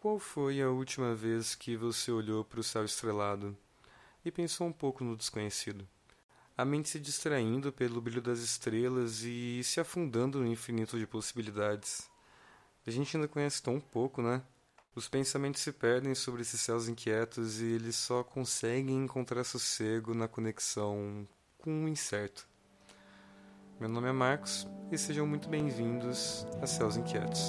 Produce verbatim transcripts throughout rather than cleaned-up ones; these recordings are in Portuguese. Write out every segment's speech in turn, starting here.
Qual foi a última vez que você olhou para o céu estrelado e pensou um pouco no desconhecido? A mente se distraindo pelo brilho das estrelas e se afundando no infinito de possibilidades. A gente ainda conhece tão pouco, né? Os pensamentos se perdem sobre esses céus inquietos e eles só conseguem encontrar sossego na conexão com o incerto. Meu nome é Marcos e sejam muito bem-vindos a Céus Inquietos.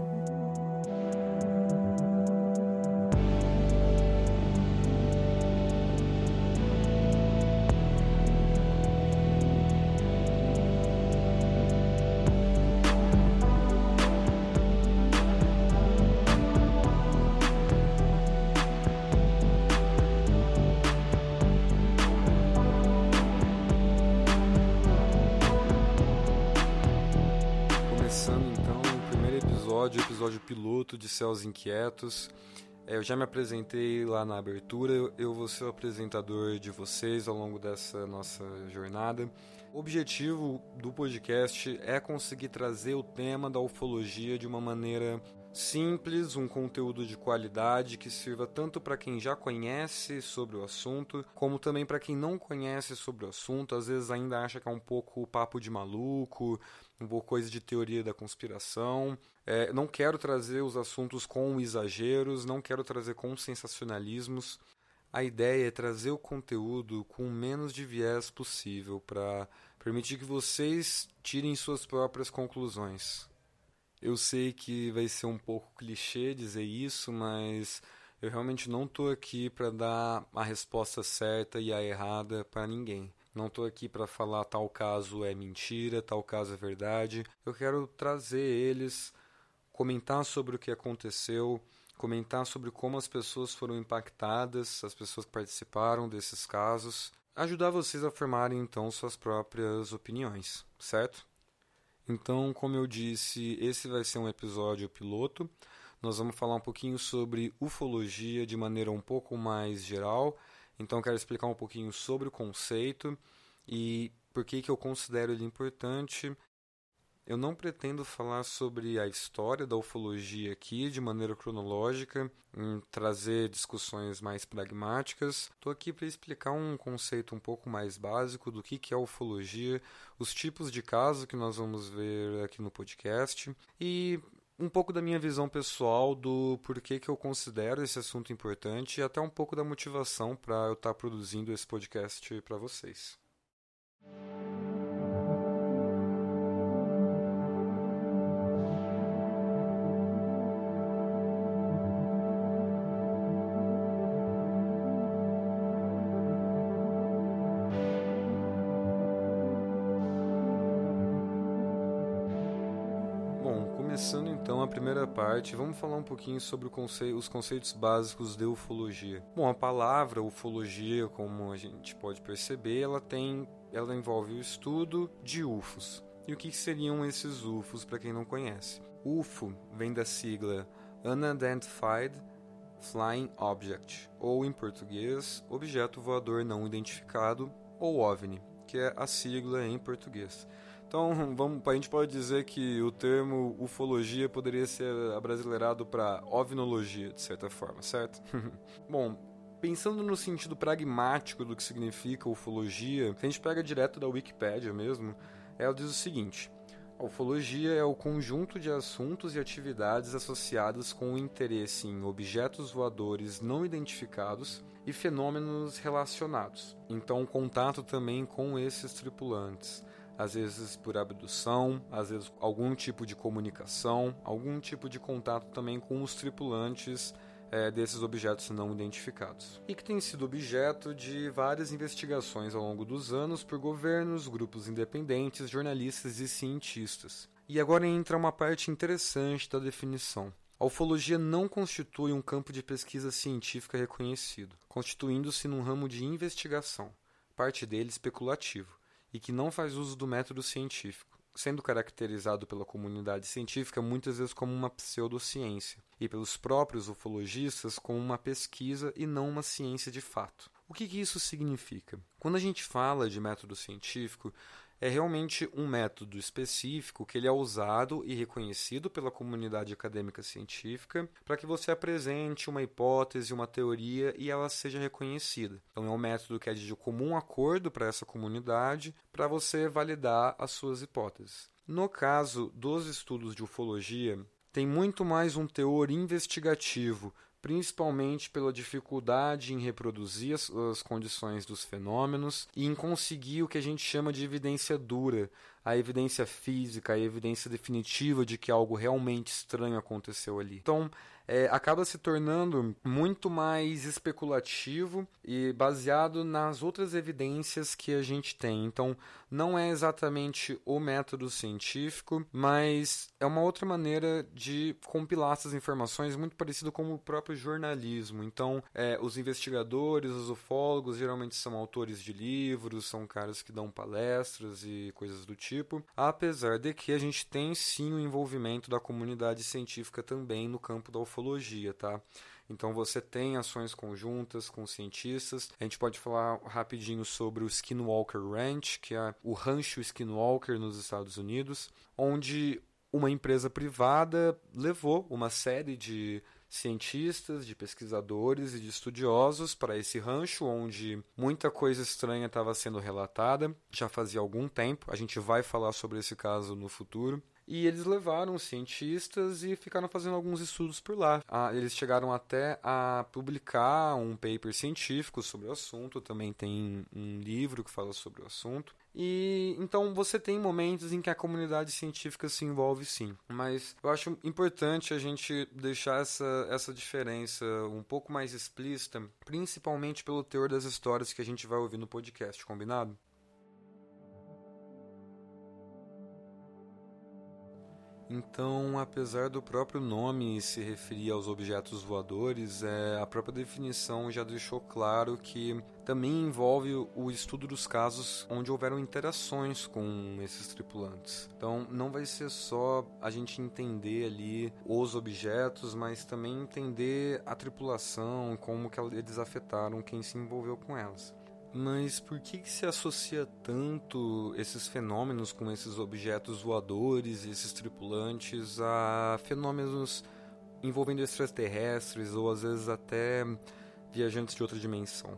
Episódio, episódio piloto de Céus Inquietos. É, eu já me apresentei lá na abertura, eu, eu vou ser o apresentador de vocês ao longo dessa nossa jornada. O objetivo do podcast é conseguir trazer o tema da ufologia de uma maneira simples, um conteúdo de qualidade que sirva tanto para quem já conhece sobre o assunto, como também para quem não conhece sobre o assunto, às vezes ainda acha que é um pouco papo de maluco, um pouco coisa de teoria da conspiração. É, não quero trazer os assuntos com exageros, não quero trazer com sensacionalismos. A ideia é trazer o conteúdo com o menos de viés possível para permitir que vocês tirem suas próprias conclusões. Eu sei que vai ser um pouco clichê dizer isso, mas eu realmente não estou aqui para dar a resposta certa e a errada para ninguém. Não estou aqui para falar tal caso é mentira, tal caso é verdade. Eu quero trazer eles, comentar sobre o que aconteceu, comentar sobre como as pessoas foram impactadas, as pessoas que participaram desses casos, ajudar vocês a formarem então suas próprias opiniões, certo? Então, como eu disse, esse vai ser um episódio piloto. Nós vamos falar um pouquinho sobre ufologia de maneira um pouco mais geral. Então, quero explicar um pouquinho sobre o conceito e por que que eu considero ele importante. Eu não pretendo falar sobre a história da ufologia aqui de maneira cronológica, em trazer discussões mais pragmáticas. Estou aqui para explicar um conceito um pouco mais básico do que é a ufologia, os tipos de casos que nós vamos ver aqui no podcast e um pouco da minha visão pessoal do porquê que eu considero esse assunto importante e até um pouco da motivação para eu estar produzindo esse podcast para vocês. Começando então a primeira parte, vamos falar um pouquinho sobre conce- os conceitos básicos de ufologia. Bom, a palavra ufologia, como a gente pode perceber, ela tem, ela envolve o estudo de U F Os. E o que seriam esses U F Os para quem não conhece? U F O vem da sigla Unidentified Flying Object, ou em português, Objeto Voador Não Identificado, ou OVNI, que é a sigla em português. Então, vamos, a gente pode dizer que o termo ufologia poderia ser abrasileirado para ovnologia, de certa forma, certo? Bom, pensando no sentido pragmático do que significa ufologia, se a gente pega direto da Wikipédia mesmo, ela diz o seguinte: a ufologia é o conjunto de assuntos e atividades associadas com o interesse em objetos voadores não identificados e fenômenos relacionados. Então, contato também com esses tripulantes. Às vezes por abdução, às vezes algum tipo de comunicação, algum tipo de contato também com os tripulantes é, desses objetos não identificados. E que tem sido objeto de várias investigações ao longo dos anos por governos, grupos independentes, jornalistas e cientistas. E agora entra uma parte interessante da definição. A ufologia não constitui um campo de pesquisa científica reconhecido, constituindo-se num ramo de investigação, parte dele especulativo, e que não faz uso do método científico, sendo caracterizado pela comunidade científica muitas vezes como uma pseudociência, e pelos próprios ufologistas como uma pesquisa e não uma ciência de fato. O que, que isso significa? Quando a gente fala de método científico, é realmente um método específico que ele é usado e reconhecido pela comunidade acadêmica científica para que você apresente uma hipótese, uma teoria e ela seja reconhecida. Então é um método que é de comum acordo para essa comunidade para você validar as suas hipóteses. No caso dos estudos de ufologia, tem muito mais um teor investigativo, principalmente pela dificuldade em reproduzir as, as condições dos fenômenos e em conseguir o que a gente chama de evidência dura, a evidência física, a evidência definitiva de que algo realmente estranho aconteceu ali. Então, é, acaba se tornando muito mais especulativo e baseado nas outras evidências que a gente tem. Então, não é exatamente o método científico, mas é uma outra maneira de compilar essas informações, muito parecido com o próprio jornalismo. Então, é, os investigadores, os ufólogos, geralmente são autores de livros, são caras que dão palestras e coisas do tipo, apesar de que a gente tem sim o envolvimento da comunidade científica também no campo da ufologia, tá? Então você tem ações conjuntas com cientistas. A gente pode falar rapidinho sobre o Skinwalker Ranch, que é o rancho Skinwalker nos Estados Unidos, onde uma empresa privada levou uma série de cientistas, de pesquisadores e de estudiosos para esse rancho, onde muita coisa estranha estava sendo relatada, já fazia algum tempo. A gente vai falar sobre esse caso no futuro. E eles levaram cientistas e ficaram fazendo alguns estudos por lá. Ah, eles chegaram até a publicar um paper científico sobre o assunto, também tem um livro que fala sobre o assunto. E então você tem momentos em que a comunidade científica se envolve sim, mas eu acho importante a gente deixar essa, essa diferença um pouco mais explícita, principalmente pelo teor das histórias que a gente vai ouvir no podcast, combinado? Então, apesar do próprio nome se referir aos objetos voadores, é, a própria definição já deixou claro que também envolve o estudo dos casos onde houveram interações com esses tripulantes. Então, não vai ser só a gente entender ali os objetos, mas também entender a tripulação, como que eles afetaram quem se envolveu com elas. Mas por que, que se associa tanto esses fenômenos com esses objetos voadores e esses tripulantes a fenômenos envolvendo extraterrestres ou às vezes até viajantes de outra dimensão?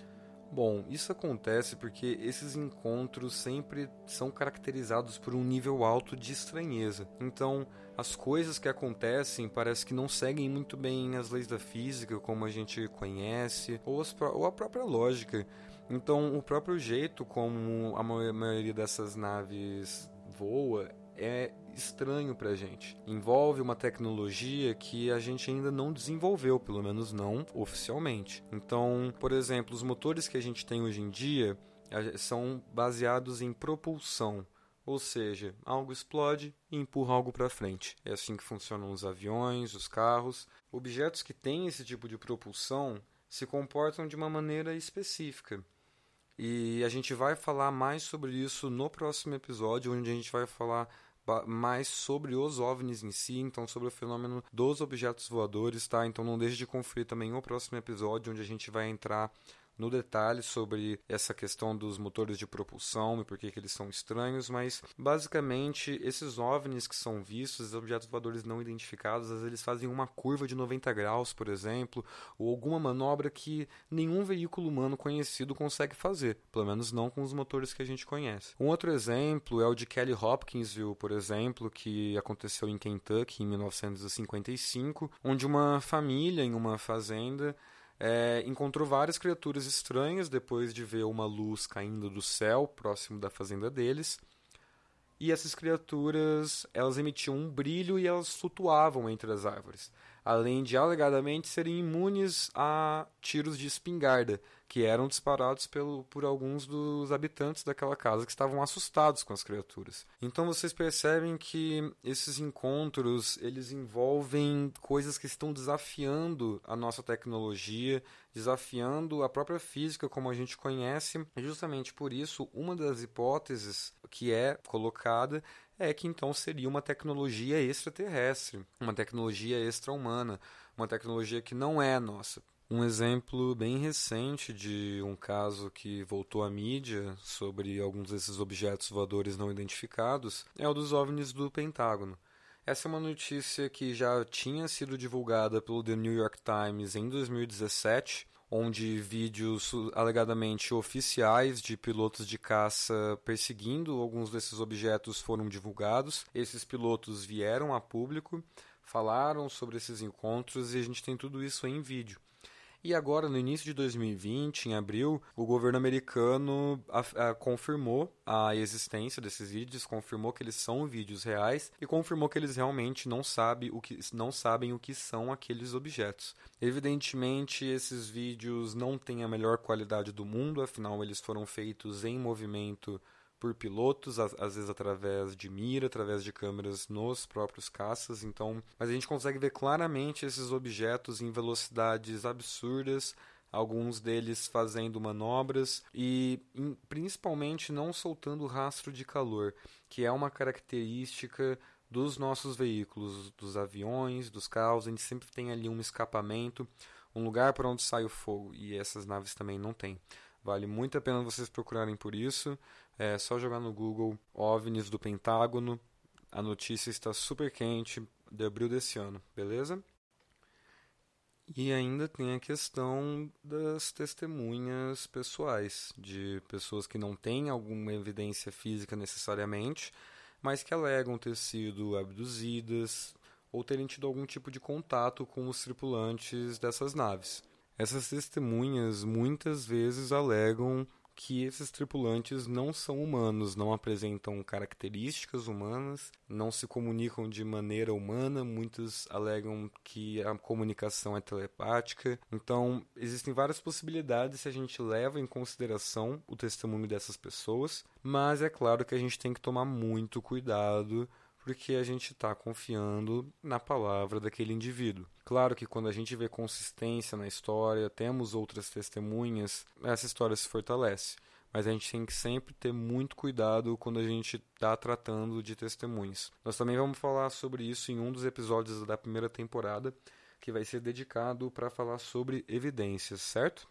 Bom, isso acontece porque esses encontros sempre são caracterizados por um nível alto de estranheza. Então, as coisas que acontecem parece que não seguem muito bem as leis da física como a gente conhece, ou, as, ou a própria lógica. Então, o próprio jeito como a maioria dessas naves voa é estranho pra gente. Envolve uma tecnologia que a gente ainda não desenvolveu, pelo menos não oficialmente. Então, por exemplo, os motores que a gente tem hoje em dia são baseados em propulsão. Ou seja, algo explode e empurra algo para frente. É assim que funcionam os aviões, os carros. Objetos que têm esse tipo de propulsão se comportam de uma maneira específica. E a gente vai falar mais sobre isso no próximo episódio, onde a gente vai falar mais sobre os OVNIs em si, então sobre o fenômeno dos objetos voadores, tá? Então não deixe de conferir também o próximo episódio, onde a gente vai entrar no detalhe sobre essa questão dos motores de propulsão e por que, que eles são estranhos, mas basicamente esses OVNIs que são vistos, os objetos voadores não identificados, às vezes eles fazem uma curva de noventa graus, por exemplo, ou alguma manobra que nenhum veículo humano conhecido consegue fazer, pelo menos não com os motores que a gente conhece. Um outro exemplo é o de Kelly Hopkinsville, por exemplo, que aconteceu em Kentucky em mil novecentos e cinquenta e cinco, onde uma família em uma fazenda É, encontrou várias criaturas estranhas depois de ver uma luz caindo do céu próximo da fazenda deles. E essas criaturas, elas emitiam um brilho e elas flutuavam entre as árvores, além de alegadamente serem imunes a tiros de espingarda, que eram disparados pelo, por alguns dos habitantes daquela casa que estavam assustados com as criaturas. Então vocês percebem que esses encontros, eles envolvem coisas que estão desafiando a nossa tecnologia, desafiando a própria física como a gente conhece. E justamente por isso, uma das hipóteses que é colocada é que então seria uma tecnologia extraterrestre, uma tecnologia extra-humana, uma tecnologia que não é nossa. Um exemplo bem recente de um caso que voltou à mídia sobre alguns desses objetos voadores não identificados é o dos OVNIs do Pentágono. Essa é uma notícia que já tinha sido divulgada pelo The New York Times em dois mil e dezessete, onde vídeos alegadamente oficiais de pilotos de caça perseguindo alguns desses objetos foram divulgados. Esses pilotos vieram a público, falaram sobre esses encontros e a gente tem tudo isso em vídeo. E agora, no início de dois mil e vinte, em abril, o governo americano a, a, confirmou a existência desses vídeos, confirmou que eles são vídeos reais e confirmou que eles realmente não, sabe o que, não sabem o que são aqueles objetos. Evidentemente, esses vídeos não têm a melhor qualidade do mundo, afinal, eles foram feitos em movimento por pilotos, às vezes através de mira, através de câmeras nos próprios caças, então, mas a gente consegue ver claramente esses objetos em velocidades absurdas, alguns deles fazendo manobras e em, principalmente não soltando rastro de calor, que é uma característica dos nossos veículos, dos aviões, dos carros. A gente sempre tem ali um escapamento, um lugar para onde sai o fogo, e essas naves também não têm. Vale muito a pena vocês procurarem por isso. É só jogar no Google OVNIs do Pentágono. A notícia está super quente, de abril desse ano, beleza? E ainda tem a questão das testemunhas pessoais, de pessoas que não têm alguma evidência física necessariamente, mas que alegam ter sido abduzidas ou terem tido algum tipo de contato com os tripulantes dessas naves. Essas testemunhas muitas vezes alegam que esses tripulantes não são humanos, não apresentam características humanas, não se comunicam de maneira humana, muitos alegam que a comunicação é telepática. Então, existem várias possibilidades se a gente leva em consideração o testemunho dessas pessoas, mas é claro que a gente tem que tomar muito cuidado porque a gente está confiando na palavra daquele indivíduo. Claro que quando a gente vê consistência na história, temos outras testemunhas, essa história se fortalece. Mas a gente tem que sempre ter muito cuidado quando a gente está tratando de testemunhas. Nós também vamos falar sobre isso em um dos episódios da primeira temporada, que vai ser dedicado para falar sobre evidências, certo?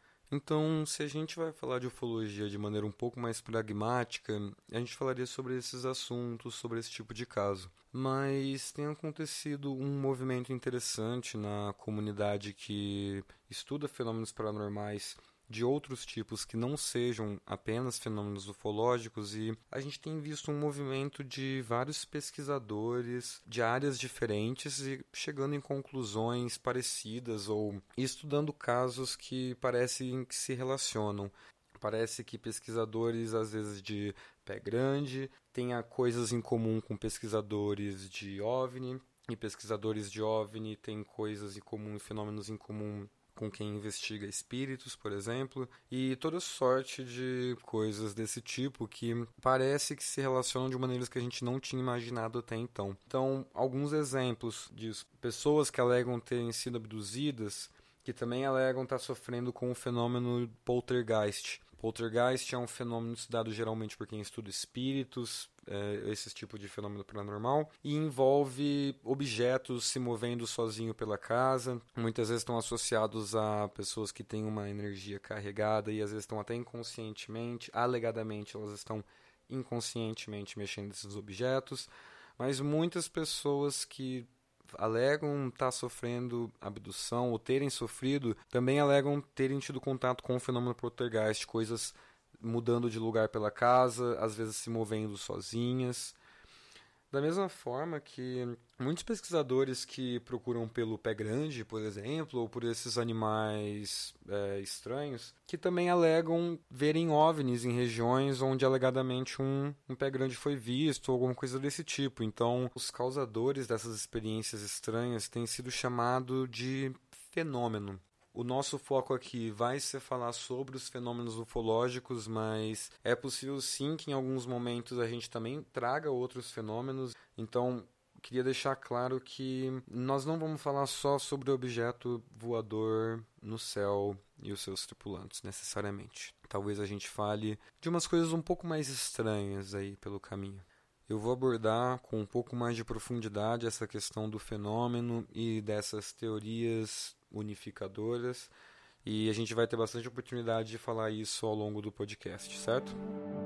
Então, se a gente vai falar de ufologia de maneira um pouco mais pragmática, a gente falaria sobre esses assuntos, sobre esse tipo de caso. Mas tem acontecido um movimento interessante na comunidade que estuda fenômenos paranormais de outros tipos que não sejam apenas fenômenos ufológicos, e a gente tem visto um movimento de vários pesquisadores de áreas diferentes e chegando em conclusões parecidas ou estudando casos que parecem que se relacionam. Parece que pesquisadores, às vezes, de Pé Grande tenham coisas em comum com pesquisadores de OVNI, e pesquisadores de OVNI têm coisas em comum e fenômenos em comum com quem investiga espíritos, por exemplo, e toda sorte de coisas desse tipo que parece que se relacionam de maneiras que a gente não tinha imaginado até então. Então, alguns exemplos disso. Pessoas que alegam terem sido abduzidas, que também alegam estar sofrendo com o fenômeno poltergeist. Poltergeist é um fenômeno estudado geralmente por quem estuda espíritos, é, esse tipo de fenômeno paranormal, e envolve objetos se movendo sozinho pela casa. Muitas vezes estão associados a pessoas que têm uma energia carregada e às vezes estão até inconscientemente, alegadamente elas estão inconscientemente mexendo nesses objetos, mas muitas pessoas que alegam estar sofrendo abdução ou terem sofrido, também alegam terem tido contato com o fenômeno poltergeist, coisas mudando de lugar pela casa, às vezes se movendo sozinhas. Da mesma forma que muitos pesquisadores que procuram pelo pé grande, por exemplo, ou por esses animais é, estranhos, que também alegam verem OVNIs em regiões onde alegadamente um, um pé grande foi visto, ou alguma coisa desse tipo. Então, os causadores dessas experiências estranhas têm sido chamados de fenômeno. O nosso foco aqui vai ser falar sobre os fenômenos ufológicos, mas é possível sim que em alguns momentos a gente também traga outros fenômenos. Então, queria deixar claro que nós não vamos falar só sobre o objeto voador no céu e os seus tripulantes, necessariamente. Talvez a gente fale de umas coisas um pouco mais estranhas aí pelo caminho. Eu vou abordar com um pouco mais de profundidade essa questão do fenômeno e dessas teorias unificadoras, e a gente vai ter bastante oportunidade de falar isso ao longo do podcast, certo?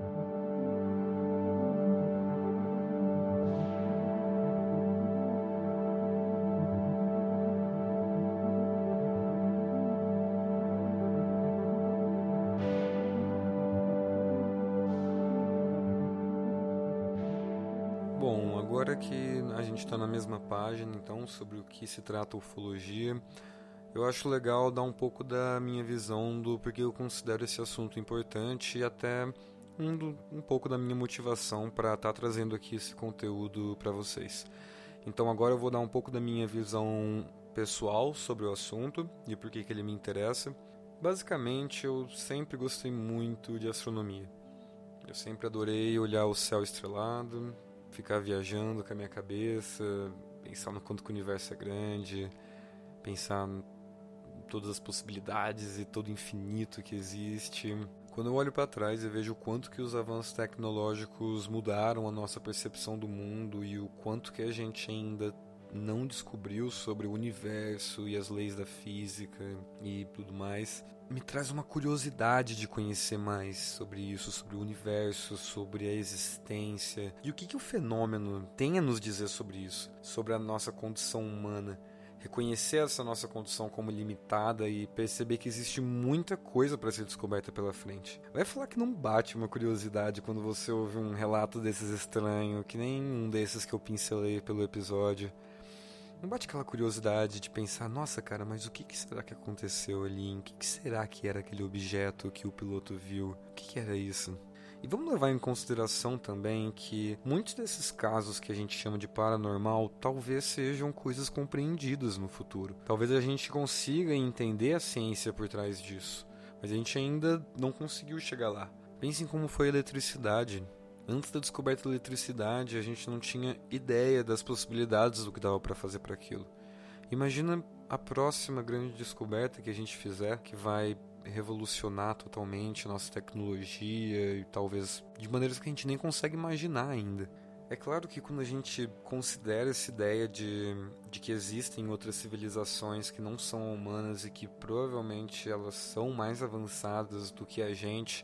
Bom, agora que a gente está na mesma página, então, sobre o que se trata a ufologia, eu acho legal dar um pouco da minha visão do porquê eu considero esse assunto importante e até um, do, um pouco da minha motivação para estar tá trazendo aqui esse conteúdo para vocês. Então agora eu vou dar um pouco da minha visão pessoal sobre o assunto e por que que ele me interessa. Basicamente, eu sempre gostei muito de astronomia. Eu sempre adorei olhar o céu estrelado, ficar viajando com a minha cabeça, pensar no quanto que o universo é grande, pensar em todas as possibilidades e todo o infinito que existe. Quando eu olho para trás e vejo o quanto que os avanços tecnológicos mudaram a nossa percepção do mundo e o quanto que a gente ainda não descobriu sobre o universo e as leis da física e tudo mais, me traz uma curiosidade de conhecer mais sobre isso, sobre o universo, sobre a existência e o que que o fenômeno tem a nos dizer sobre isso, sobre a nossa condição humana. Reconhecer essa nossa condição como limitada e perceber que existe muita coisa para ser descoberta pela frente. Vai falar que não bate uma curiosidade quando você ouve um relato desses estranho, que nem um desses que eu pincelei pelo episódio. Não bate aquela curiosidade de pensar, nossa cara, mas o que, que será que aconteceu ali? O que, que será que era aquele objeto que o piloto viu? O que, que era isso? E vamos levar em consideração também que muitos desses casos que a gente chama de paranormal talvez sejam coisas compreendidas no futuro. Talvez a gente consiga entender a ciência por trás disso, mas a gente ainda não conseguiu chegar lá. Pensem como foi a eletricidade. Antes da descoberta da eletricidade, a gente não tinha ideia das possibilidades do que dava para fazer para aquilo. Imagina a próxima grande descoberta que a gente fizer, que vai revolucionar totalmente a nossa tecnologia e talvez de maneiras que a gente nem consegue imaginar ainda. É claro que quando a gente considera essa ideia de, de que existem outras civilizações que não são humanas e que provavelmente elas são mais avançadas do que a gente,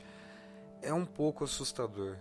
é um pouco assustador.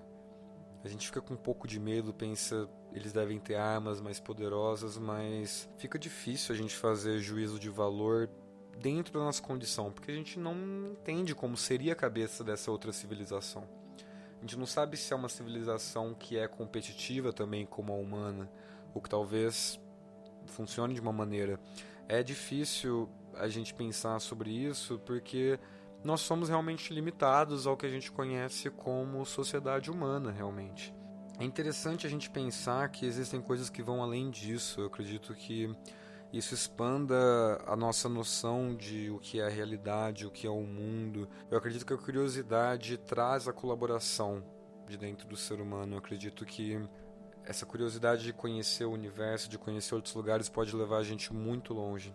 A gente fica com um pouco de medo, pensa, eles devem ter armas mais poderosas, mas fica difícil a gente fazer juízo de valor dentro da nossa condição, porque a gente não entende como seria a cabeça dessa outra civilização. A gente não sabe se é uma civilização que é competitiva também como a humana, ou que talvez funcione de uma maneira. É difícil a gente pensar sobre isso, porque nós somos realmente limitados ao que a gente conhece como sociedade humana, realmente. É interessante a gente pensar que existem coisas que vão além disso. Eu acredito que isso expanda a nossa noção de o que é a realidade, o que é o mundo. Eu acredito que a curiosidade traz a colaboração de dentro do ser humano. Eu acredito que essa curiosidade de conhecer o universo, de conhecer outros lugares, pode levar a gente muito longe.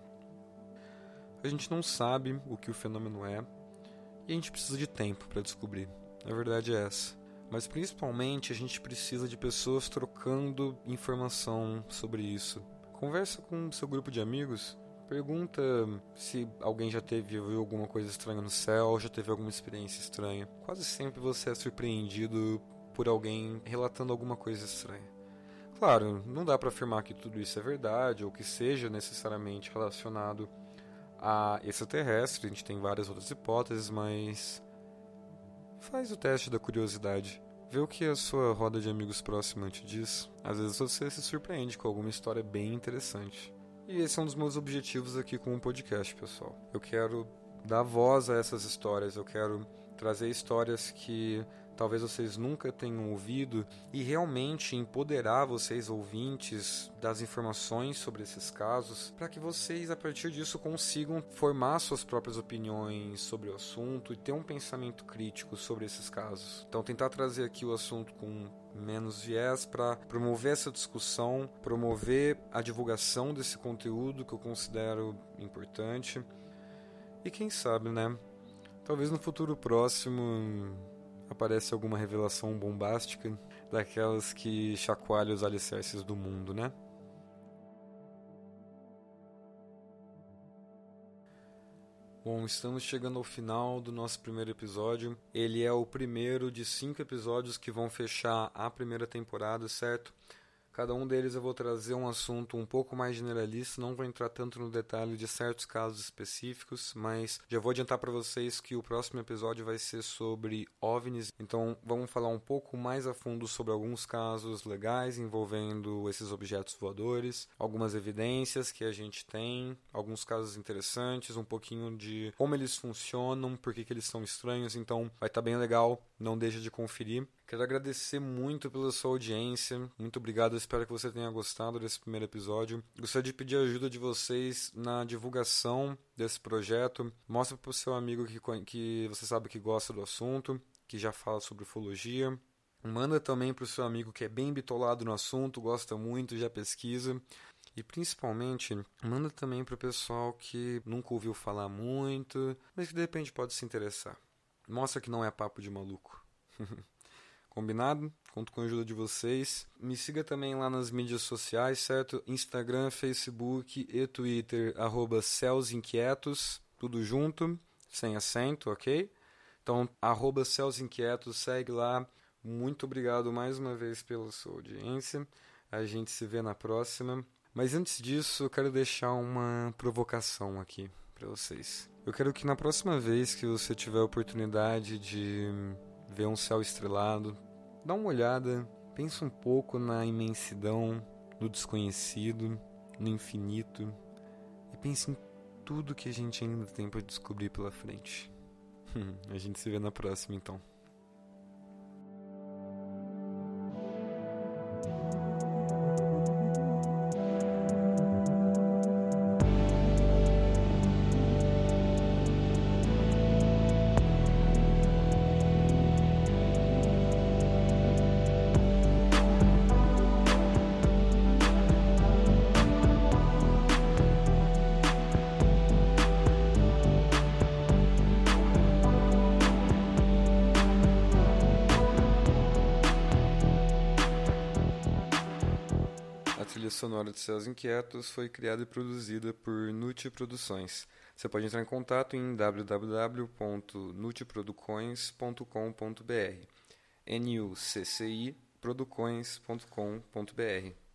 A gente não sabe o que o fenômeno é, e a gente precisa de tempo para descobrir. A verdade é essa. Mas principalmente a gente precisa de pessoas trocando informação sobre isso. Conversa com seu grupo de amigos, pergunta se alguém já teve viu alguma coisa estranha no céu, já teve alguma experiência estranha. Quase sempre você é surpreendido por alguém relatando alguma coisa estranha. Claro, não dá para afirmar que tudo isso é verdade ou que seja necessariamente relacionado a extraterrestre, a gente tem várias outras hipóteses, mas faz o teste da curiosidade. Vê o que a sua roda de amigos próxima te diz. Às vezes você se surpreende com alguma história bem interessante. E esse é um dos meus objetivos aqui com o podcast, pessoal. Eu quero dar voz a essas histórias, eu quero trazer histórias que talvez vocês nunca tenham ouvido e realmente empoderar vocês ouvintes das informações sobre esses casos para que vocês a partir disso consigam formar suas próprias opiniões sobre o assunto e ter um pensamento crítico sobre esses casos. Então tentar trazer aqui o assunto com menos viés para promover essa discussão, promover a divulgação desse conteúdo que eu considero importante e quem sabe, né? Talvez no futuro próximo aparece alguma revelação bombástica daquelas que chacoalham os alicerces do mundo, né? Bom, estamos chegando ao final do nosso primeiro episódio. Ele é o primeiro de cinco episódios que vão fechar a primeira temporada, certo? Cada um deles eu vou trazer um assunto um pouco mais generalista, não vou entrar tanto no detalhe de certos casos específicos, mas já vou adiantar para vocês que o próximo episódio vai ser sobre OVNIs, então vamos falar um pouco mais a fundo sobre alguns casos legais envolvendo esses objetos voadores, algumas evidências que a gente tem, alguns casos interessantes, um pouquinho de como eles funcionam, por que que eles são estranhos, então vai estar bem legal, não deixa de conferir. Quero agradecer muito pela sua audiência, muito obrigado, espero que você tenha gostado desse primeiro episódio. Gostaria de pedir a ajuda de vocês na divulgação desse projeto. Mostra para o seu amigo que, que você sabe que gosta do assunto, que já fala sobre ufologia. Manda também para o seu amigo que é bem bitolado no assunto, gosta muito, já pesquisa. E principalmente, manda também para o pessoal que nunca ouviu falar muito, mas que de repente pode se interessar. Mostra que não é papo de maluco. Combinado? Conto com a ajuda de vocês. Me siga também lá nas mídias sociais, certo? Instagram, Facebook e Twitter, arroba Céus Inquietos, tudo junto, sem acento, ok? Então, arroba Céus Inquietos, segue lá. Muito obrigado mais uma vez pela sua audiência. A gente se vê na próxima. Mas antes disso, eu quero deixar uma provocação aqui para vocês. Eu quero que na próxima vez que você tiver a oportunidade de ver um céu estrelado, dá uma olhada, pensa um pouco na imensidão, no desconhecido, no infinito, e pense em tudo que a gente ainda tem para descobrir pela frente. A gente se vê na próxima, então. A trilha sonora de Céus Inquietos foi criada e produzida por Nucci Produções. Você pode entrar em contato em w w w ponto nucciproducões ponto com ponto b r. N U C C I produções ponto com ponto b r.